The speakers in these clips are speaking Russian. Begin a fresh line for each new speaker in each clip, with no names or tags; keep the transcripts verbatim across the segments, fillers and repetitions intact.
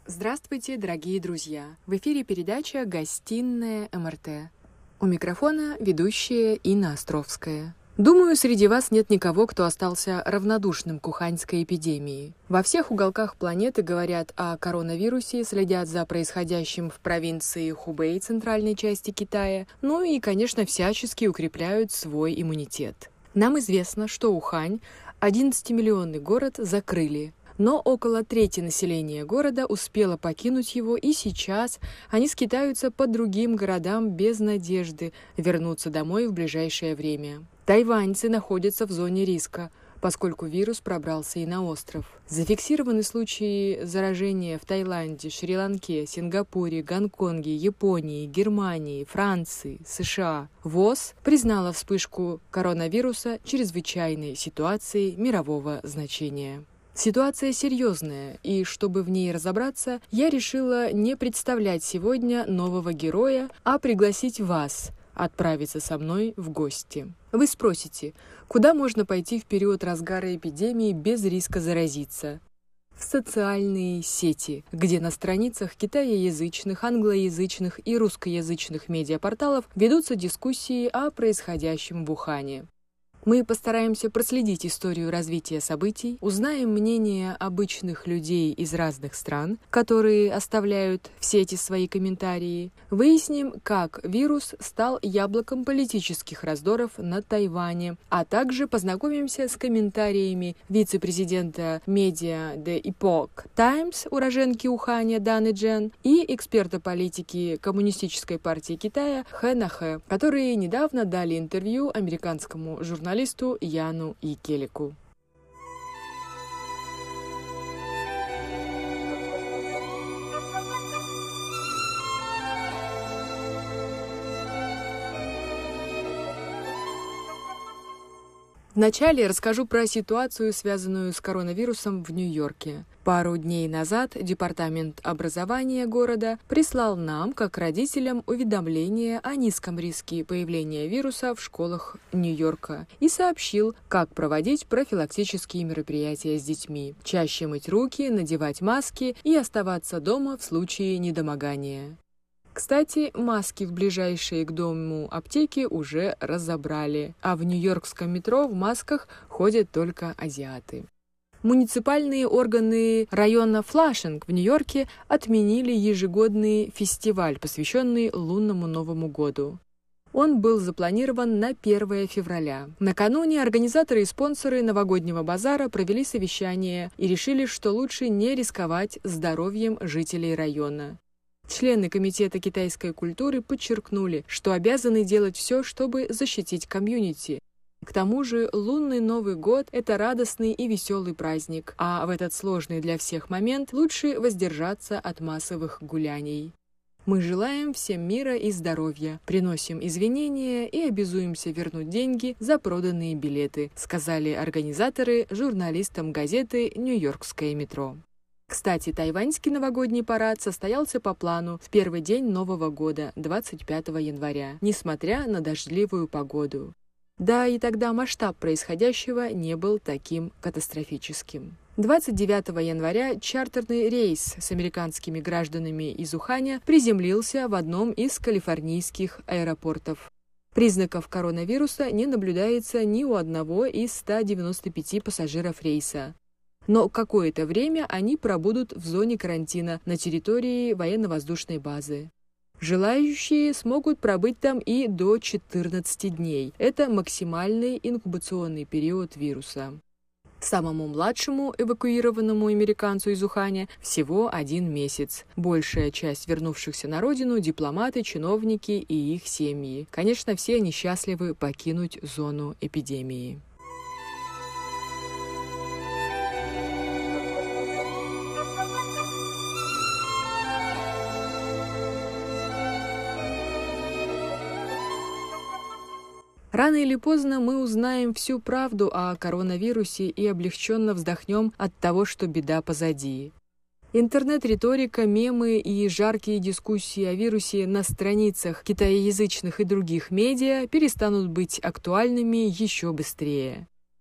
Здравствуйте, дорогие друзья! В эфире передача «Гостиная эм эр тэ». У микрофона ведущая Инна Островская. Думаю, среди вас нет никого, кто остался равнодушным к уханьской эпидемии. Во всех уголках планеты говорят о коронавирусе, следят за происходящим в провинции Хубэй, центральной части Китая, ну и, конечно, всячески укрепляют свой иммунитет. Нам известно, что Ухань, одиннадцатимиллионный город, закрыли. Но около трети населения города успело покинуть его, и сейчас они скитаются по другим городам без надежды вернуться домой в ближайшее время. Тайваньцы находятся в зоне риска, поскольку вирус пробрался и на остров. Зафиксированы случаи заражения в Таиланде, Шри-Ланке, Сингапуре, Гонконге, Японии, Германии, Франции, США. ВОЗ признала вспышку коронавируса чрезвычайной ситуацией мирового значения. Ситуация серьезная, и чтобы в ней разобраться, я решила не представлять сегодня нового героя, а пригласить вас отправиться со мной в гости. Вы спросите, куда можно пойти в период разгара эпидемии без риска заразиться? В социальные сети, где на страницах китаеязычных, англоязычных и русскоязычных медиапорталов ведутся дискуссии о происходящем в Ухане. Мы постараемся проследить историю развития событий, узнаем мнение обычных людей из разных стран, которые оставляют все эти свои комментарии, выясним, как вирус стал яблоком политических раздоров на Тайване, а также познакомимся с комментариями вице-президента медиа The Epoch Times, уроженки Уханя Даны Джен, и эксперта политики Коммунистической партии Китая Хэна Хэ, которые недавно дали интервью американскому журналисту журналисту Яну Икелику. Вначале расскажу про ситуацию, связанную с коронавирусом в Нью-Йорке. Пару дней назад Департамент образования города прислал нам, как родителям, уведомление о низком риске появления вируса в школах Нью-Йорка и сообщил, как проводить профилактические мероприятия с детьми, чаще мыть руки, надевать маски и оставаться дома в случае недомогания. Кстати, маски в ближайшие к дому аптеки уже разобрали, а в нью-йоркском метро в масках ходят только азиаты. Муниципальные органы района Флашинг в Нью-Йорке отменили ежегодный фестиваль, посвященный лунному Новому году. Он был запланирован на первое февраля. Накануне организаторы и спонсоры новогоднего базара провели совещание и решили, что лучше не рисковать здоровьем жителей района. Члены Комитета китайской культуры подчеркнули, что обязаны делать все, чтобы защитить комьюнити. К тому же лунный Новый год – это радостный и веселый праздник, а в этот сложный для всех момент лучше воздержаться от массовых гуляний. Мы желаем всем мира и здоровья, приносим извинения и обязуемся вернуть деньги за проданные билеты, сказали организаторы журналистам газеты «Нью-Йоркское метро». Кстати, тайваньский новогодний парад состоялся по плану в первый день Нового года, двадцать пятого января, несмотря на дождливую погоду. Да, и тогда масштаб происходящего не был таким катастрофическим. двадцать девятого января чартерный рейс с американскими гражданами из Уханя приземлился в одном из калифорнийских аэропортов. Признаков коронавируса не наблюдается ни у одного из ста девяноста пяти пассажиров рейса. Но какое-то время они пробудут в зоне карантина на территории военно-воздушной базы. Желающие смогут пробыть там и до четырнадцати дней. Это максимальный инкубационный период вируса. Самому младшему эвакуированному американцу из Уханя всего один месяц. Большая часть вернувшихся на родину – дипломаты, чиновники и их семьи. Конечно, все они счастливы покинуть зону эпидемии. Рано или поздно мы узнаем всю правду о коронавирусе и облегченно вздохнем от того, что беда позади. Интернет-риторика, мемы и жаркие дискуссии о вирусе на страницах китаеязычных и других медиа перестанут быть актуальными еще быстрее.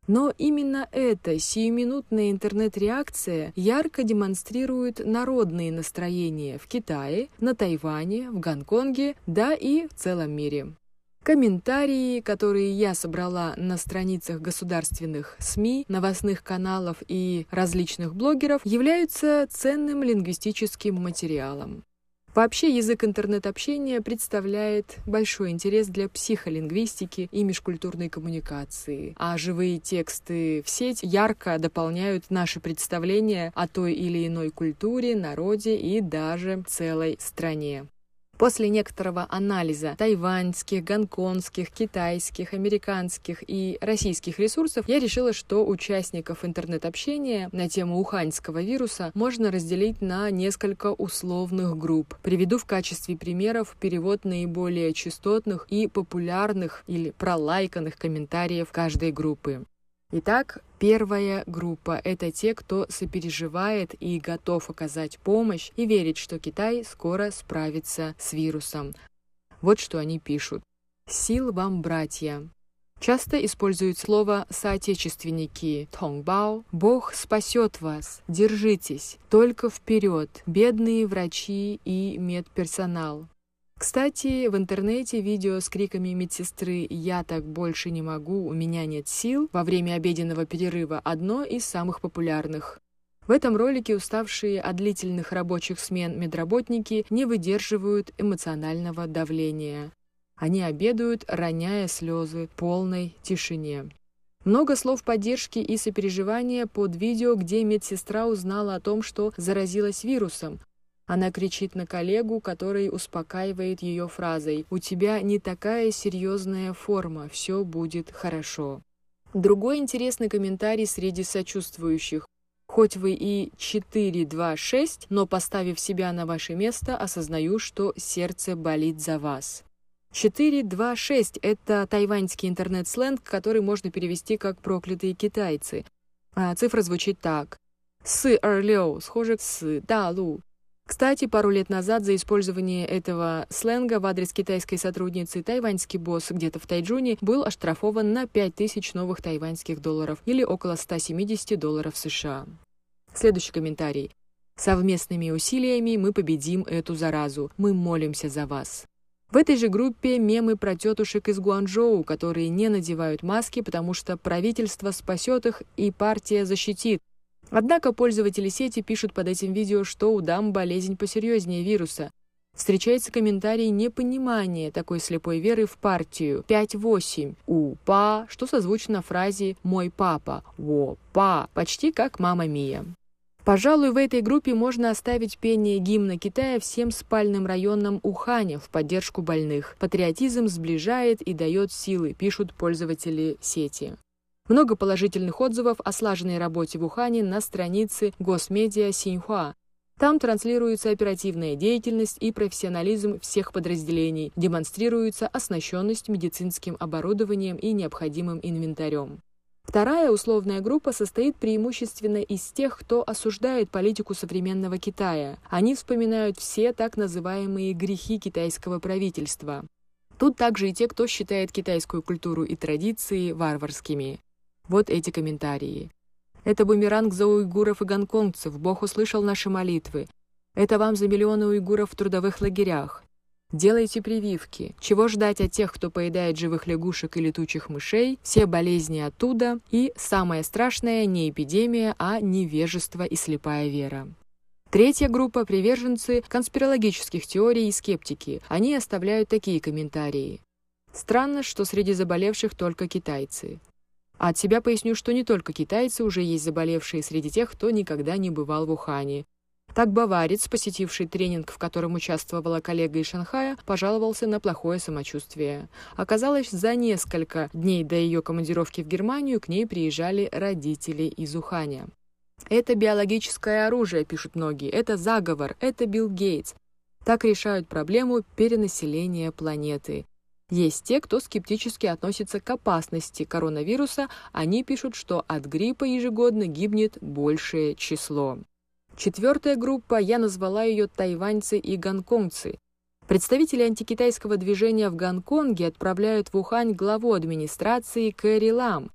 Но именно эта сиюминутная интернет-реакция ярко демонстрирует народные настроения в Китае, на Тайване, в Гонконге, да и в целом мире. Комментарии, которые я собрала на страницах государственных СМИ, новостных каналов и различных блогеров, являются ценным лингвистическим материалом. Вообще, язык интернет-общения представляет большой интерес для психолингвистики и межкультурной коммуникации, а живые тексты в сеть ярко дополняют наши представления о той или иной культуре, народе и даже целой стране. После некоторого анализа тайваньских, гонконгских, китайских, американских и российских ресурсов я решила, что участников интернет-общения на тему уханьского вируса можно разделить на несколько условных групп. Приведу в качестве примеров перевод наиболее частотных и популярных или пролайканных комментариев каждой группы. Итак, первая группа – это те, кто сопереживает и готов оказать помощь и верит, что Китай скоро справится с вирусом. Вот что они пишут. «Сил вам, братья!» Часто используют слово «соотечественники» «тонgbao». «Бог спасет вас! Держитесь! Только вперед! Бедные врачи и медперсонал!» Кстати, в интернете видео с криками медсестры «Я так больше не могу, у меня нет сил» во время обеденного перерыва одно из самых популярных. В этом ролике уставшие от длительных рабочих смен медработники не выдерживают эмоционального давления. Они обедают, роняя слезы в полной тишине. Много слов поддержки и сопереживания под видео, где медсестра узнала о том, что заразилась вирусом. Она кричит на коллегу, который успокаивает ее фразой «У тебя не такая серьезная форма, все будет хорошо». Другой интересный комментарий среди сочувствующих. «Хоть вы и четыре два шесть, но поставив себя на ваше место, осознаю, что сердце болит за вас». четыре два шесть – это тайваньский интернет-сленг, который можно перевести как «проклятые китайцы». А цифра звучит так. «Сы эр лёу» схоже с «да-лу». Кстати, пару лет назад за использование этого сленга в адрес китайской сотрудницы тайваньский босс где-то в Тайчжуне был оштрафован на пять тысяч новых тайваньских долларов или около ста семидесяти долларов США. Следующий комментарий. «Совместными усилиями мы победим эту заразу. Мы молимся за вас». В этой же группе мемы про тетушек из Гуанчжоу, которые не надевают маски, потому что правительство спасет их и партия защитит. Однако пользователи сети пишут под этим видео, что у дам болезнь посерьезнее вируса. Встречается комментарий непонимания такой слепой веры в партию. пять восемь. У-па, что созвучно фразе «мой папа». Во-па, почти как «мама Мия». Пожалуй, в этой группе можно оставить пение гимна Китая всем спальным районам Уханя в поддержку больных. Патриотизм сближает и дает силы, пишут пользователи сети. Много положительных отзывов о слаженной работе в Ухане на странице Госмедиа Синьхуа. Там транслируется оперативная деятельность и профессионализм всех подразделений, демонстрируется оснащенность медицинским оборудованием и необходимым инвентарем. Вторая условная группа состоит преимущественно из тех, кто осуждает политику современного Китая. Они вспоминают все так называемые грехи китайского правительства. Тут также и те, кто считает китайскую культуру и традиции варварскими. Вот эти комментарии. «Это бумеранг за уйгуров и гонконгцев, Бог услышал наши молитвы. Это вам за миллионы уйгуров в трудовых лагерях. Делайте прививки. Чего ждать от тех, кто поедает живых лягушек и летучих мышей? Все болезни оттуда. И самое страшное не эпидемия, а невежество и слепая вера». Третья группа – приверженцы конспирологических теорий и скептики. Они оставляют такие комментарии. «Странно, что среди заболевших только китайцы». От себя поясню, что не только китайцы, уже есть заболевшие среди тех, кто никогда не бывал в Ухане. Так баварец, посетивший тренинг, в котором участвовала коллега из Шанхая, пожаловался на плохое самочувствие. Оказалось, за несколько дней до ее командировки в Германию к ней приезжали родители из Уханя. «Это биологическое оружие», — пишут многие, «это заговор, это Билл Гейтс». Так решают проблему перенаселения планеты. Есть те, кто скептически относится к опасности коронавируса, они пишут, что от гриппа ежегодно гибнет большее число. Четвертая группа, я назвала ее тайваньцы и гонконгцы. Представители антикитайского движения в Гонконге отправляют в Ухань главу администрации Кэрри Лам.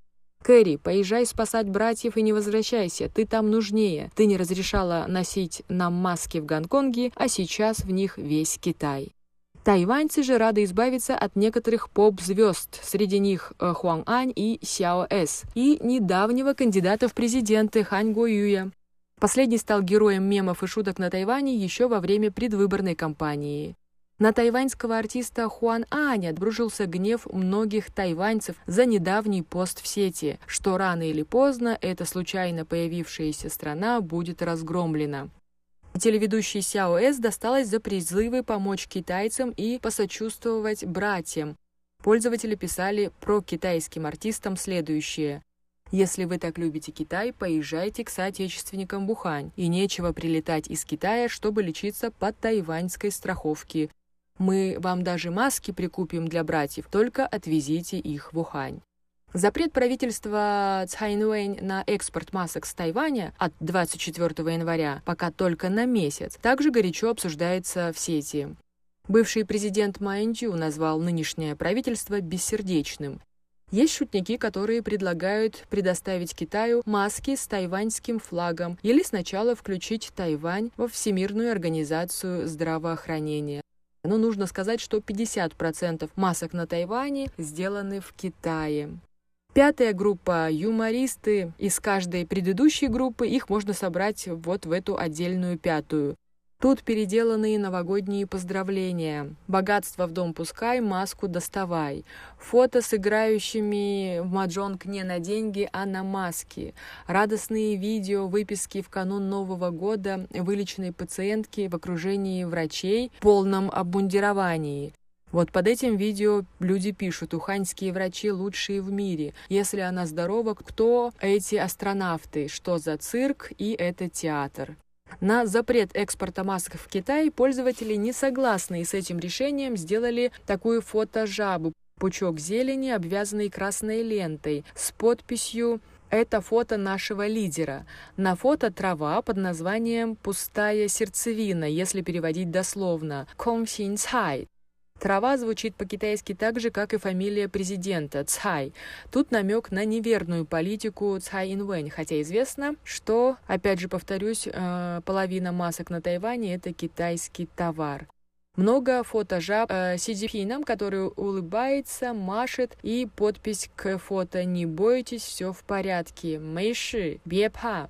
«Кэрри, поезжай спасать братьев и не возвращайся, ты там нужнее. Ты не разрешала носить нам маски в Гонконге, а сейчас в них весь Китай». Тайваньцы же рады избавиться от некоторых поп-звезд, среди них Хуан Ань и Сяо Эс, и недавнего кандидата в президенты Хань Го Юя. Последний стал героем мемов и шуток на Тайване еще во время предвыборной кампании. На тайваньского артиста Хуан Аня обрушился гнев многих тайваньцев за недавний пост в сети, что рано или поздно эта случайно появившаяся страна будет разгромлена. Телеведущей Сяо Эс досталось за призывы помочь китайцам и посочувствовать братьям. Пользователи писали про китайским артистам следующее: «Если вы так любите Китай, поезжайте к соотечественникам в Ухань, и нечего прилетать из Китая, чтобы лечиться по тайваньской страховке. Мы вам даже маски прикупим для братьев, только отвезите их в Ухань». Запрет правительства Цай Инвэнь на экспорт масок с Тайваня от двадцать четвёртого января пока только на месяц также горячо обсуждается в сети. Бывший президент Ма Ин-чжу назвал нынешнее правительство бессердечным. Есть шутники, которые предлагают предоставить Китаю маски с тайваньским флагом или сначала включить Тайвань во Всемирную организацию здравоохранения. Но нужно сказать, что пятьдесят процентов масок на Тайване сделаны в Китае. Пятая группа – юмористы. Из каждой предыдущей группы их можно собрать вот в эту отдельную пятую. Тут переделанные новогодние поздравления. «Богатство в дом пускай, маску доставай». Фото с играющими в маджонг не на деньги, а на маски. Радостные видео, выписки в канун Нового года вылеченной пациентки в окружении врачей в полном обмундировании. Вот под этим видео люди пишут: «Уханьские врачи лучшие в мире. Если она здорова, кто эти астронавты? Что за цирк? И это театр». На запрет экспорта масок в Китай пользователи, не согласные с этим решением, сделали такую фото-жабу. Пучок зелени, обвязанный красной лентой, с подписью «Это фото нашего лидера». На фото трава под названием «Пустая сердцевина», если переводить дословно «Кong Син Цай». Трава звучит по-китайски так же, как и фамилия президента – Цай. Тут намек на неверную политику Цай Инвэнь, хотя известно, что, опять же повторюсь, половина масок на Тайване – это китайский товар. Много фото жаб э, Си Цзиньпином, который улыбается, машет, и подпись к фото: «Не бойтесь, все в порядке. Мэйши, бепа».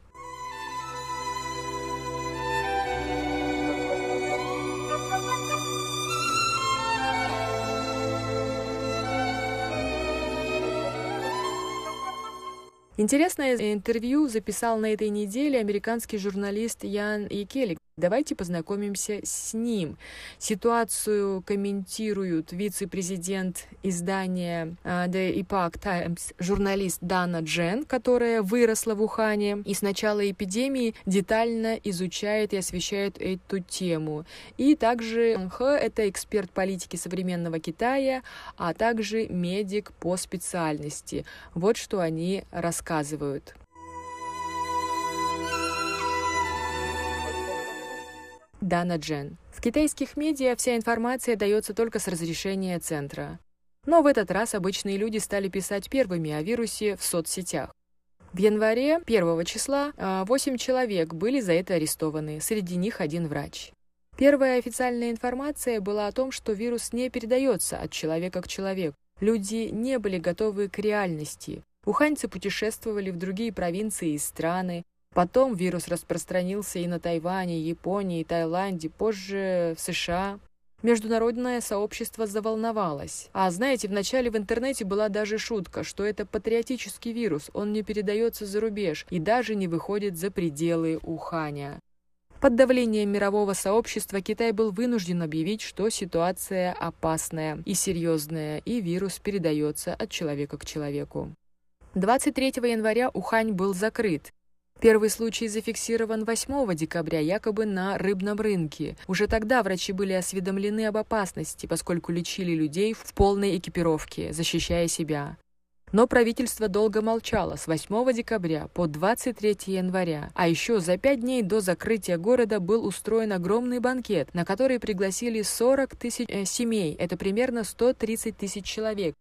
Интересное интервью записал на этой неделе американский журналист Ян Екели. Давайте познакомимся с ним. Ситуацию комментируют вице-президент издания The Epoch Times, журналист Дана Джен, которая выросла в Ухане и с начала эпидемии детально изучает и освещает эту тему. И также Х, это эксперт политики современного Китая, а также медик по специальности. Вот что они рассказывают. Дана Джен. В китайских медиа вся информация дается только с разрешения центра. Но в этот раз обычные люди стали писать первыми о вирусе в соцсетях. В январе первого числа восемь человек были за это арестованы, среди них один врач. Первая официальная информация была о том, что вирус не передается от человека к человеку. Люди не были готовы к реальности. Уханьцы путешествовали в другие провинции и страны. Потом вирус распространился и на Тайване, Японии, Таиланде, позже в США. Международное сообщество заволновалось. А знаете, вначале в интернете была даже шутка, что это патриотический вирус, он не передается за рубеж и даже не выходит за пределы Уханя. Под давлением мирового сообщества Китай был вынужден объявить, что ситуация опасная и серьезная, и вирус передается от человека к человеку. двадцать третьего января Ухань был закрыт. Первый случай зафиксирован восьмого декабря, якобы на рыбном рынке. Уже тогда врачи были осведомлены об опасности, поскольку лечили людей в полной экипировке, защищая себя. Но правительство долго молчало с восьмого декабря по двадцать третьего января. А еще за пять дней до закрытия города был устроен огромный банкет, на который пригласили сорок тысяч э, семей, это примерно сто тридцать тысяч человек.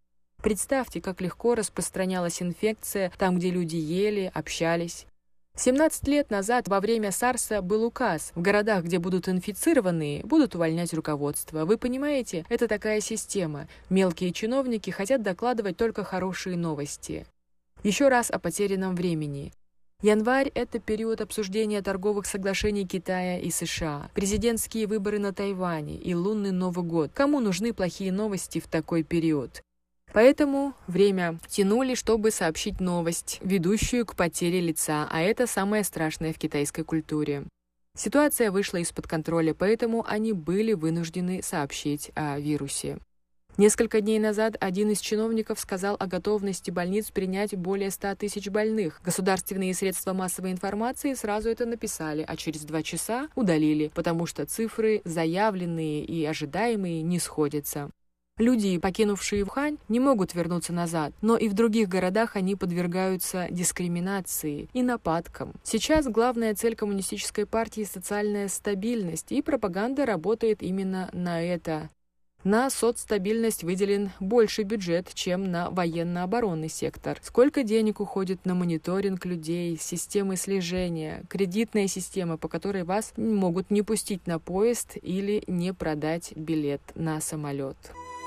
Представьте, как легко распространялась инфекция там, где люди ели, общались. семнадцать лет назад во время сарса был указ: в городах, где будут инфицированные, будут увольнять руководство. Вы понимаете, это такая система. Мелкие чиновники хотят докладывать только хорошие новости. Еще раз о потерянном времени. Январь – это период обсуждения торговых соглашений Китая и США, президентские выборы на Тайване и лунный Новый год. Кому нужны плохие новости в такой период? Поэтому время тянули, чтобы сообщить новость, ведущую к потере лица, а это самое страшное в китайской культуре. Ситуация вышла из-под контроля, поэтому они были вынуждены сообщить о вирусе. Несколько дней назад один из чиновников сказал о готовности больниц принять более ста тысяч больных. Государственные средства массовой информации сразу это написали, а через два часа удалили, потому что цифры, заявленные и ожидаемые, не сходятся. Люди, покинувшие Ухань, не могут вернуться назад, но и в других городах они подвергаются дискриминации и нападкам. Сейчас главная цель коммунистической партии – социальная стабильность, и пропаганда работает именно на это. На соцстабильность выделен больше бюджет, чем на военно-оборонный сектор. Сколько денег уходит на мониторинг людей, системы слежения, кредитная система, по которой вас могут не пустить на поезд или не продать билет на самолет.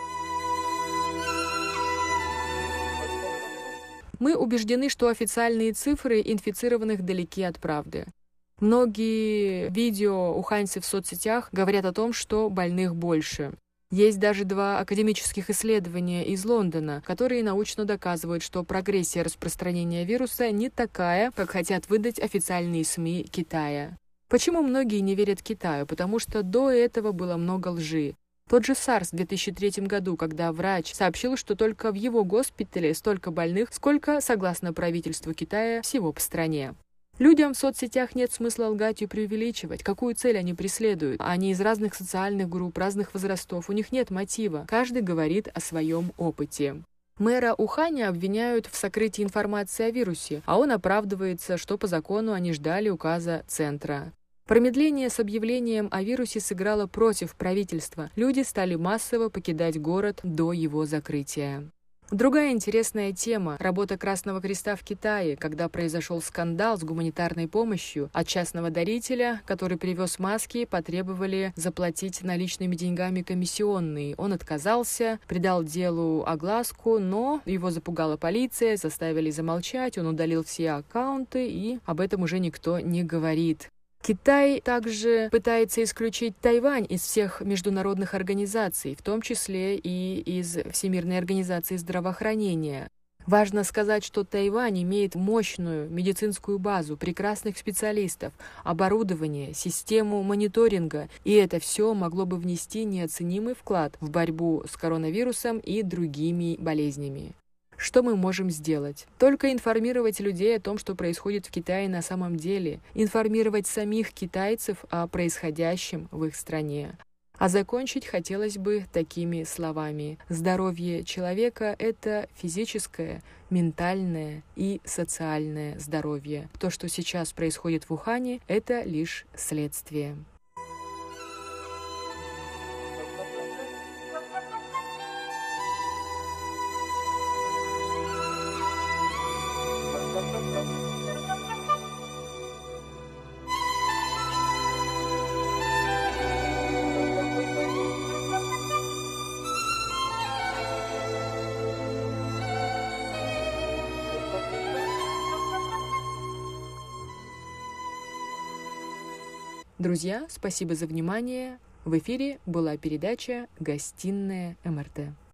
Мы убеждены, что официальные цифры инфицированных далеки от правды. Многие видео уханьцев в соцсетях говорят о том, что больных больше. Есть даже два академических исследования из Лондона, которые научно доказывают, что прогрессия распространения вируса не такая, как хотят выдать официальные СМИ Китая. Почему многие не верят Китаю? Потому что до этого было много лжи. Тот же сарс в две тысячи третьем году, когда врач сообщил, что только в его госпитале столько больных, сколько, согласно правительству Китая, всего по стране. Людям в соцсетях нет смысла лгать и преувеличивать, какую цель они преследуют. Они из разных социальных групп, разных возрастов, у них нет мотива. Каждый говорит о своем опыте. Мэра Уханя обвиняют в сокрытии информации о вирусе, а он оправдывается, что по закону они ждали указа центра. Промедление с объявлением о вирусе сыграло против правительства. Люди стали массово покидать город до его закрытия. Другая интересная тема – работа Красного Креста в Китае, когда произошел скандал с гуманитарной помощью. От частного дарителя, который привез маски, потребовали заплатить наличными деньгами комиссионные. Он отказался, придал делу огласку, но его запугала полиция, заставили замолчать, он удалил все аккаунты, и об этом уже никто не говорит. Китай также пытается исключить Тайвань из всех международных организаций, в том числе и из Всемирной организации здравоохранения. Важно сказать, что Тайвань имеет мощную медицинскую базу, прекрасных специалистов, оборудование, систему мониторинга, и это все могло бы внести неоценимый вклад в борьбу с коронавирусом и другими болезнями. Что мы можем сделать? Только информировать людей о том, что происходит в Китае на самом деле, информировать самих китайцев о происходящем в их стране. А закончить хотелось бы такими словами. Здоровье человека – это физическое, ментальное и социальное здоровье. То, что сейчас происходит в Ухане, это лишь следствие. Друзья, спасибо за внимание. В эфире была передача «Гостиная МРТ».